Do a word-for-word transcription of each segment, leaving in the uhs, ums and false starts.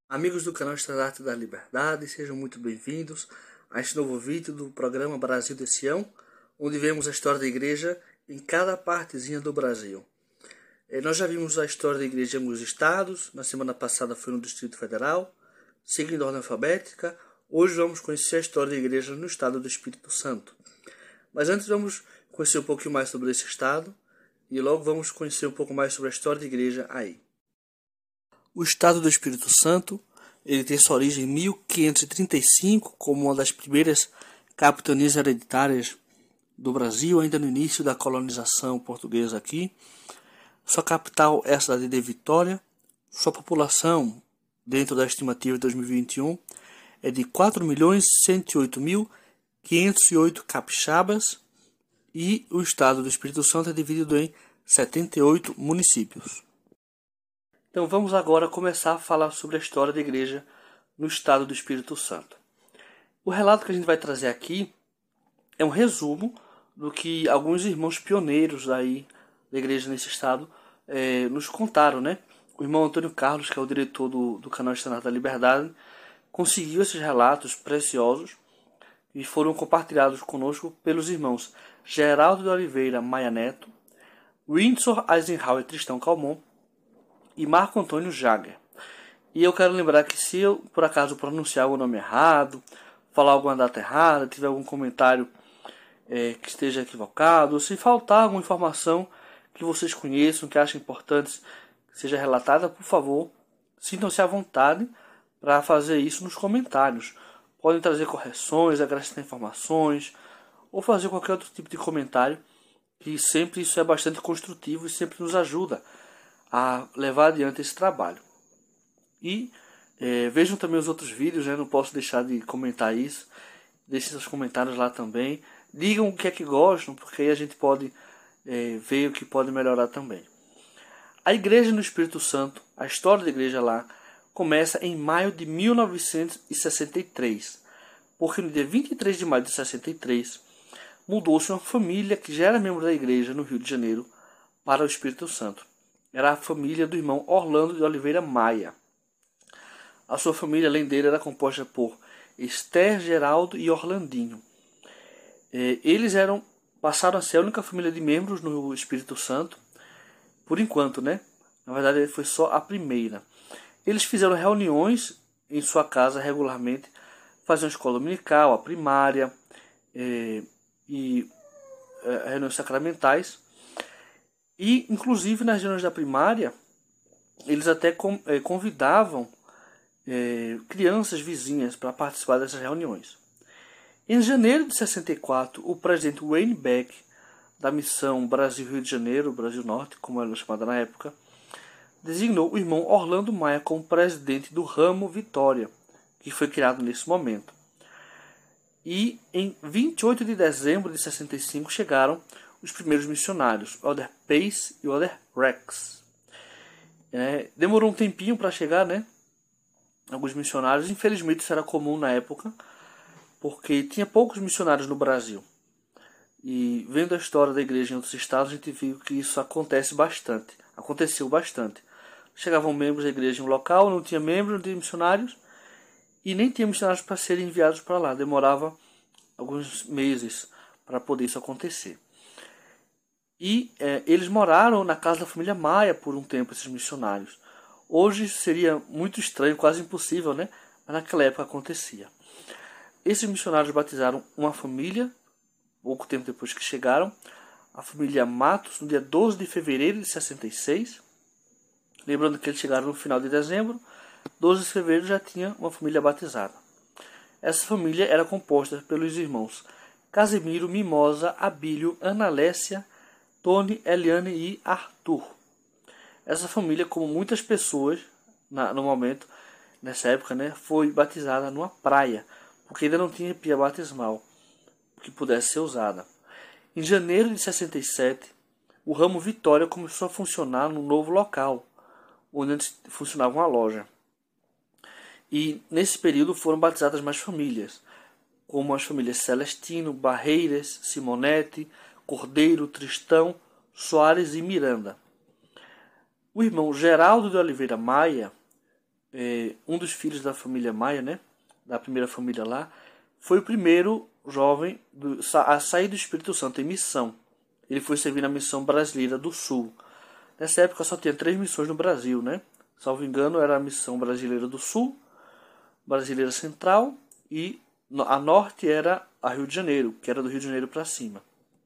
Amigos do canal Estandarte da Liberdade, sejam muito bem-vindos a este novo vídeo do programa Brasil de Sião, onde vemos a história da igreja em cada partezinha do Brasil. Eh, nós já vimos a história da igreja em alguns estados, na semana passada foi no Distrito Federal, seguindo a ordem alfabética. Hoje vamos conhecer a história da igreja no estado do Espírito Santo. Mas antes vamos conhecer um pouquinho mais sobre esse estado e logo vamos conhecer um pouco mais sobre a história da igreja aí. O estado do Espírito Santo, ele tem sua origem em mil quinhentos e trinta e cinco como uma das primeiras capitanias hereditárias do Brasil, ainda no início da colonização portuguesa aqui. Sua capital é a cidade de Vitória. Sua população, dentro da estimativa de dois mil e vinte e um, é de quatro milhões cento e oito mil quinhentos e oito capixabas, e o estado do Espírito Santo é dividido em setenta e oito municípios. Então vamos agora começar a falar sobre a história da igreja no estado do Espírito Santo. O relato que a gente vai trazer aqui é um resumo do que alguns irmãos pioneiros aí da igreja nesse estado é, nos contaram, né? O irmão Antônio Carlos, que é o diretor do, do canal Estandarte da Liberdade, conseguiu esses relatos preciosos e foram compartilhados conosco pelos irmãos Geraldo de Oliveira Maia Neto, Windsor Eisenhower Tristão Calmon e Marco Antônio Jager. E eu quero lembrar que se eu, por acaso, pronunciar o nome errado, falar alguma data errada, tiver algum comentário é, que esteja equivocado, ou se faltar alguma informação que vocês conheçam, que achem importante que seja relatada, por favor, sintam-se à vontade para fazer isso nos comentários. Podem trazer correções, acrescentar informações, ou fazer qualquer outro tipo de comentário, que sempre isso é bastante construtivo e sempre nos ajuda a levar adiante esse trabalho. E é, vejam também os outros vídeos, né? Não posso deixar de comentar isso. Deixem seus comentários lá também. Digam o que é que gostam, porque aí a gente pode é, ver o que pode melhorar também. A igreja no Espírito Santo, a história da igreja lá, começa em maio de mil novecentos e sessenta e três. Porque no dia vinte e três de maio de sessenta e três, mudou-se uma família que já era membro da igreja no Rio de Janeiro para o Espírito Santo. Era a família do irmão Orlando de Oliveira Maia. A sua família, além dele, era composta por Esther, Geraldo e Orlandinho. Eles eram, passaram a ser a única família de membros no Espírito Santo, por enquanto, né? Na verdade, foi só a primeira. Eles fizeram reuniões em sua casa regularmente, faziam escola dominical, a primária eh, e eh, reuniões sacramentais. E, inclusive, nas reuniões da primária, eles até convidavam é, crianças vizinhas para participar dessas reuniões. Em janeiro de sessenta e quatro, o presidente Wayne Beck, da missão Brasil-Rio de Janeiro, Brasil Norte, como era chamada na época, designou o irmão Orlando Maia como presidente do ramo Vitória, que foi criado nesse momento. E, em vinte e oito de dezembro de sessenta e cinco, chegaram os primeiros missionários, o Elder Pace e o Elder Rex. É, demorou um tempinho para chegar, né? Alguns missionários. Infelizmente isso era comum na época, porque tinha poucos missionários no Brasil. E vendo a história da igreja em outros estados, a gente viu que isso acontece bastante. Aconteceu bastante. Chegavam membros da igreja em um local, não tinha membros, não tinha missionários, e nem tinha missionários para serem enviados para lá. Demorava alguns meses para poder isso acontecer. E é, eles moraram na casa da família Maia por um tempo, esses missionários. Hoje seria muito estranho, quase impossível, né? Mas naquela época acontecia. Esses missionários batizaram uma família, pouco tempo depois que chegaram, a família Matos, no dia doze de fevereiro de sessenta e seis. Lembrando que eles chegaram no final de dezembro, doze de fevereiro já tinha uma família batizada. Essa família era composta pelos irmãos Casimiro, Mimosa, Abílio, Ana Lécia, Tony, Eliane e Arthur. Essa família, como muitas pessoas na, no momento, nessa época, né, foi batizada numa praia, porque ainda não tinha pia batismal que pudesse ser usada. Em janeiro de sessenta e sete, o ramo Vitória começou a funcionar no novo local, onde antes funcionava uma loja. E nesse período foram batizadas mais famílias, como as famílias Celestino, Barreiras, Simonete, Cordeiro, Tristão, Soares e Miranda. O irmão Geraldo de Oliveira Maia é, um dos filhos da família Maia, né, da primeira família lá, foi o primeiro jovem do, a sair do Espírito Santo em missão. Ele foi servir na missão brasileira do Sul. Nessa época só tinha três missões no Brasil, né? Salvo engano, era a missão brasileira do Sul, brasileira central, e a norte era a Rio de Janeiro, que era do Rio de Janeiro para cima.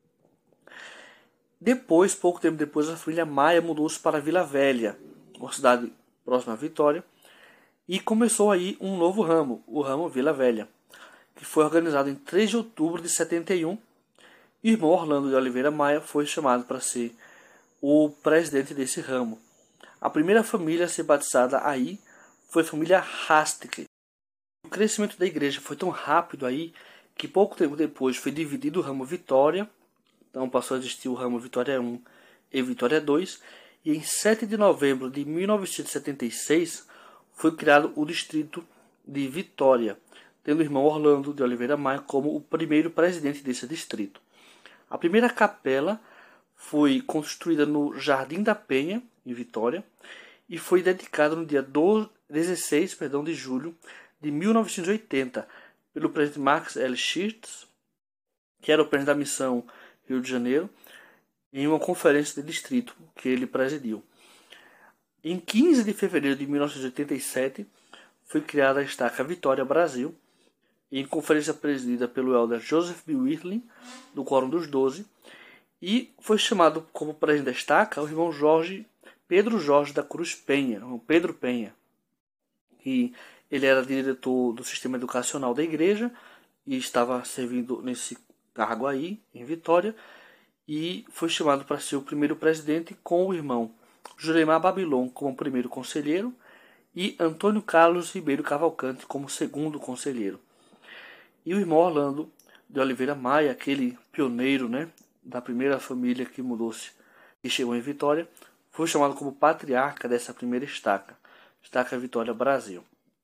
Depois, pouco tempo depois, a família Maia mudou-se para Vila Velha, uma cidade próxima à Vitória, e começou aí um novo ramo, o ramo Vila Velha, que foi organizado em três de outubro de setenta e um. E o irmão Orlando de Oliveira Maia foi chamado para ser o presidente desse ramo. A primeira família a ser batizada aí foi a família Hastic. O crescimento da igreja foi tão rápido aí que pouco tempo depois foi dividido o ramo Vitória. Então passou a existir o ramo Vitória um e Vitória dois. E em sete de novembro de mil novecentos e setenta e seis foi criado o distrito de Vitória, tendo o irmão Orlando de Oliveira Maia como o primeiro presidente desse distrito. A primeira capela foi construída no Jardim da Penha, em Vitória, e foi dedicada no dia dezesseis perdão, de julho de mil novecentos e oitenta pelo presidente Max L. Schirtz, que era o presidente da missão Rio de Janeiro, em uma conferência de distrito que ele presidiu. Em quinze de fevereiro de mil novecentos e oitenta e sete foi criada a estaca Vitória Brasil, em conferência presidida pelo elder Joseph B. Whitling, do Quórum dos Doze, e foi chamado como presidente da estaca o irmão Jorge, Pedro Jorge da Cruz Penha, o Pedro Penha, que ele era diretor do sistema educacional da igreja e estava servindo nesse cargo aí, em Vitória, e foi chamado para ser o primeiro presidente com o irmão Juremar Babilon como primeiro conselheiro e Antônio Carlos Ribeiro Cavalcante como segundo conselheiro. E o irmão Orlando de Oliveira Maia, aquele pioneiro, né, da primeira família que mudou-se e chegou em Vitória, foi chamado como patriarca dessa primeira estaca, Estaca Vitória Brasil.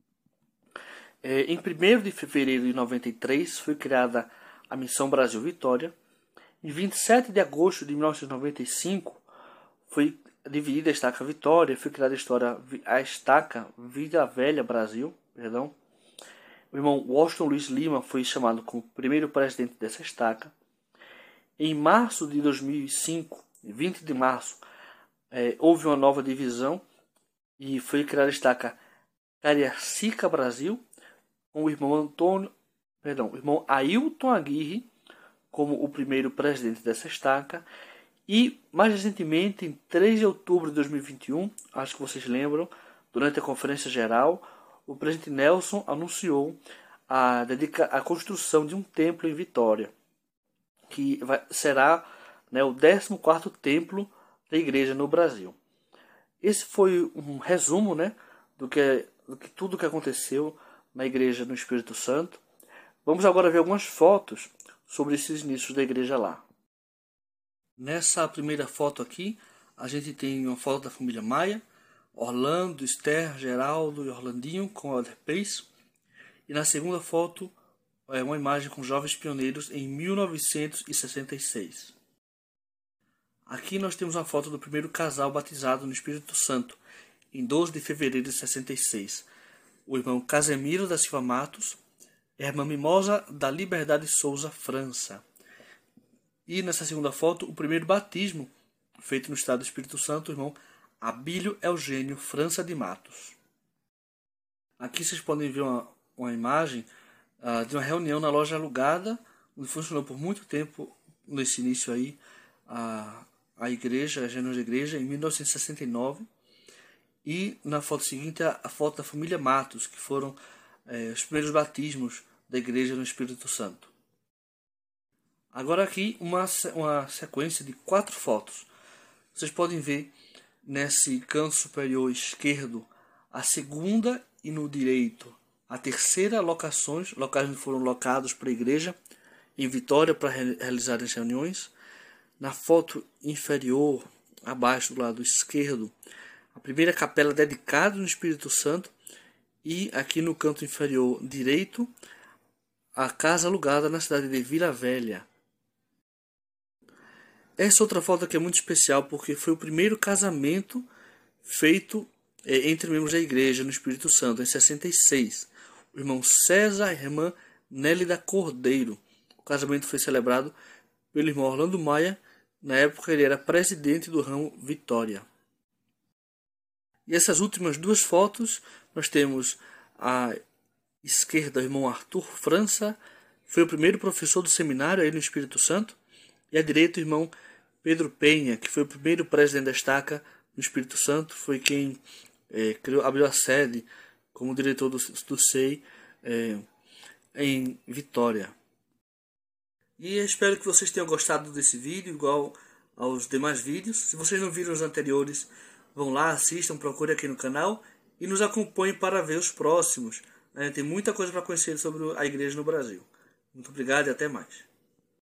É, em primeiro de fevereiro de noventa e três foi criada a Missão Brasil Vitória. Em vinte e sete de agosto de mil novecentos e noventa e cinco foi dividida a Estaca Vitória, foi criada a, história, a Estaca Vila Velha Brasil, perdão. O irmão Washington Luiz Lima foi chamado como primeiro presidente dessa estaca. Em março de dois mil e cinco, vinte de março, é, houve uma nova divisão e foi criada a estaca Cariacica Brasil, com o irmão Antônio, perdão, o irmão Ailton Aguirre como o primeiro presidente dessa estaca. E mais recentemente, em três de outubro de dois mil e vinte e um, acho que vocês lembram, durante a conferência geral, o presidente Nelson anunciou a, dedica, a construção de um templo em Vitória, que vai, será, né, o décimo quarto templo da igreja no Brasil. Esse foi um resumo, né, do que, do que tudo que aconteceu na igreja no Espírito Santo. Vamos agora ver algumas fotos sobre esses inícios da igreja lá. Nessa primeira foto aqui, a gente tem uma foto da família Maia, Orlando, Esther, Geraldo e Orlandinho com o Elder Pace. E na segunda foto é uma imagem com jovens pioneiros em mil novecentos e sessenta e seis. Aqui nós temos uma foto do primeiro casal batizado no Espírito Santo, em doze de fevereiro de sessenta e seis. O irmão Casemiro da Silva Matos e a irmã Mimosa da Liberdade Souza França. E nessa segunda foto, o primeiro batismo feito no estado do Espírito Santo, o irmão Abílio Eugênio França de Matos. Aqui vocês podem ver uma, uma imagem uh, de uma reunião na loja alugada, onde funcionou por muito tempo, nesse início aí, a, a igreja, a Gênesis Igreja, em mil novecentos e sessenta e nove. E na foto seguinte, a, a foto da família Matos, que foram eh, os primeiros batismos da igreja no Espírito Santo. Agora aqui uma, uma sequência de quatro fotos. Vocês podem ver nesse canto superior esquerdo a segunda e no direito a terceira locações, locais onde foram locados para a igreja em Vitória para realizar as reuniões. Na foto inferior, abaixo do lado esquerdo, a primeira capela dedicada no Espírito Santo, e aqui no canto inferior direito, a casa alugada na cidade de Vila Velha. Essa outra foto aqui é muito especial porque foi o primeiro casamento feito é, entre membros da igreja no Espírito Santo, em sessenta e seis. O irmão César e a irmã Nélida Cordeiro. O casamento foi celebrado pelo irmão Orlando Maia. Na época ele era presidente do ramo Vitória. E essas últimas duas fotos, nós temos à esquerda o irmão Arthur França, foi o primeiro professor do seminário aí no Espírito Santo. E à direita o irmão Pedro Penha, que foi o primeiro presidente da estaca no Espírito Santo, foi quem é, criou, abriu a sede como diretor do, do S E I é, em Vitória. E eu espero que vocês tenham gostado desse vídeo, igual aos demais vídeos. Se vocês não viram os anteriores, vão lá, assistam, procurem aqui no canal e nos acompanhem para ver os próximos. Tem muita coisa para conhecer sobre a igreja no Brasil. Muito obrigado e até mais.